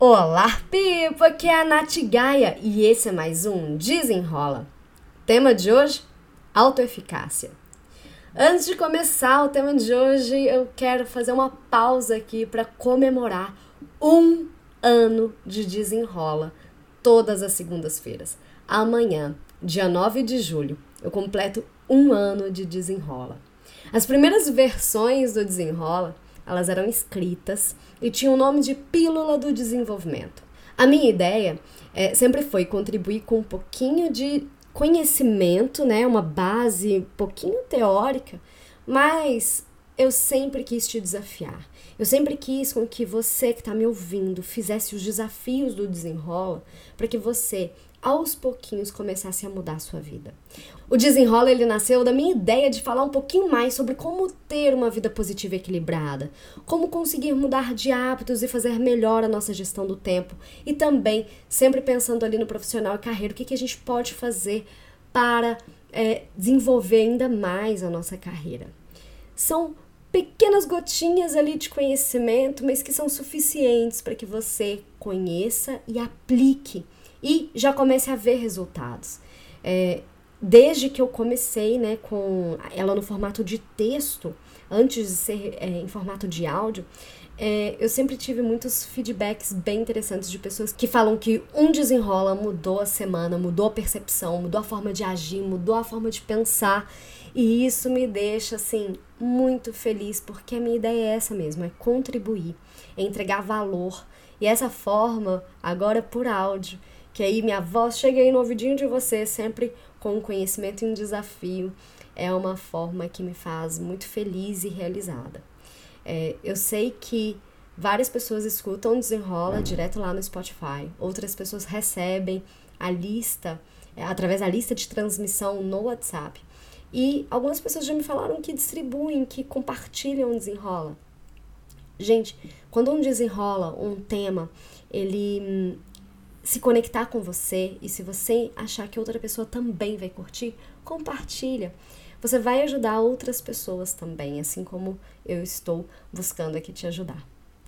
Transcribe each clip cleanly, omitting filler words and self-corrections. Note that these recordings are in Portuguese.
Olá, Pipa, aqui é a Nath Gaia e esse é mais um Desenrola. Tema de hoje, autoeficácia. Antes de começar o tema de hoje, eu quero fazer uma pausa aqui para comemorar 1 ano de Desenrola, todas as segundas-feiras. Amanhã, dia 9 de julho, eu completo 1 ano de Desenrola. As primeiras versões do Desenrola, elas eram escritas e tinham o nome de Pílula do Desenvolvimento. A minha ideia sempre foi contribuir com um pouquinho de conhecimento, né, uma base um pouquinho teórica, mas eu sempre quis te desafiar. Eu sempre quis com que você que está me ouvindo fizesse os desafios do Desenrola para que você, aos pouquinhos, começasse a mudar a sua vida. O Desenrola, ele nasceu da minha ideia de falar um pouquinho mais sobre como ter uma vida positiva e equilibrada, como conseguir mudar de hábitos e fazer melhor a nossa gestão do tempo e também sempre pensando ali no profissional e carreira, o que a gente pode fazer para desenvolver ainda mais a nossa carreira. São pequenas gotinhas ali de conhecimento, mas que são suficientes para que você conheça e aplique e já comece a ver resultados. Desde que eu comecei, né, com ela no formato de texto, antes de ser em formato de áudio, eu sempre tive muitos feedbacks bem interessantes de pessoas que falam que um Desenrola mudou a semana, mudou a percepção, mudou a forma de agir, mudou a forma de pensar. E isso me deixa, assim, muito feliz, porque a minha ideia é essa mesmo, é contribuir, é entregar valor. E essa forma, agora por áudio, que aí minha voz chega aí no ouvidinho de você, sempre com conhecimento e um desafio, é uma forma que me faz muito feliz e realizada. Eu sei que várias pessoas escutam Desenrola direto lá no Spotify, outras pessoas recebem a lista, através da lista de transmissão no WhatsApp. E algumas pessoas já me falaram que distribuem, que compartilham o Desenrola. Gente, quando um Desenrola, um tema, ele se conectar com você e se você achar que outra pessoa também vai curtir, compartilha. Você vai ajudar outras pessoas também, assim como eu estou buscando aqui te ajudar.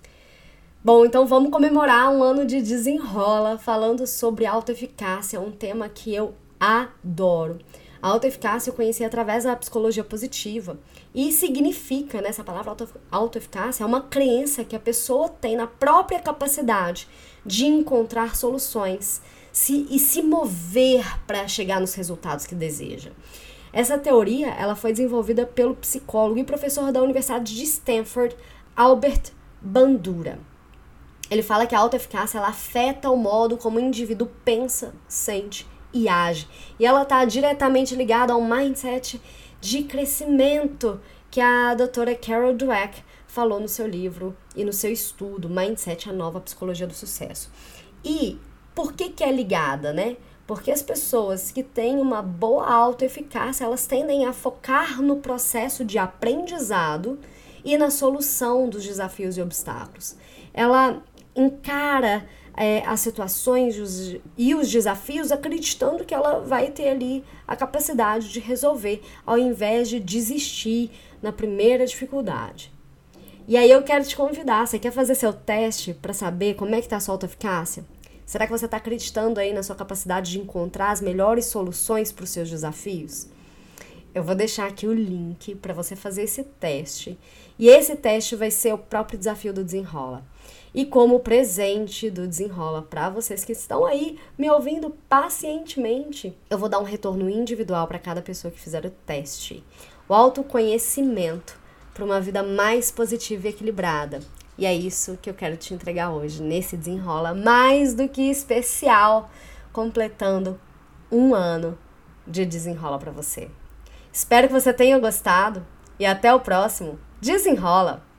Bom, então vamos comemorar 1 ano de Desenrola falando sobre autoeficácia, um tema que eu adoro. A autoeficácia eu conheci através da psicologia positiva e significa, né, essa palavra autoeficácia é uma crença que a pessoa tem na própria capacidade de encontrar soluções e se mover para chegar nos resultados que deseja. Essa teoria ela foi desenvolvida pelo psicólogo e professor da Universidade de Stanford, Albert Bandura. Ele fala que a autoeficácia ela afeta o modo como o indivíduo pensa, sente e age. E ela está diretamente ligada ao mindset de crescimento que a doutora Carol Dweck falou no seu livro e no seu estudo Mindset, a Nova Psicologia do Sucesso. E por que é ligada, né? Porque as pessoas que têm uma boa autoeficácia, elas tendem a focar no processo de aprendizado e na solução dos desafios e obstáculos. Ela encara as situações e os desafios acreditando que ela vai ter ali a capacidade de resolver, ao invés de desistir na primeira dificuldade. E aí eu quero te convidar, você quer fazer seu teste para saber como é que está a sua autoeficácia? Será que você está acreditando aí na sua capacidade de encontrar as melhores soluções para os seus desafios? Eu vou deixar aqui o link para você fazer esse teste. E esse teste vai ser o próprio desafio do Desenrola. E como presente do Desenrola para vocês que estão aí me ouvindo pacientemente, eu vou dar um retorno individual para cada pessoa que fizer o teste. O autoconhecimento para uma vida mais positiva e equilibrada. E é isso que eu quero te entregar hoje, nesse Desenrola mais do que especial, completando 1 ano de Desenrola para você. Espero que você tenha gostado e até o próximo Desenrola!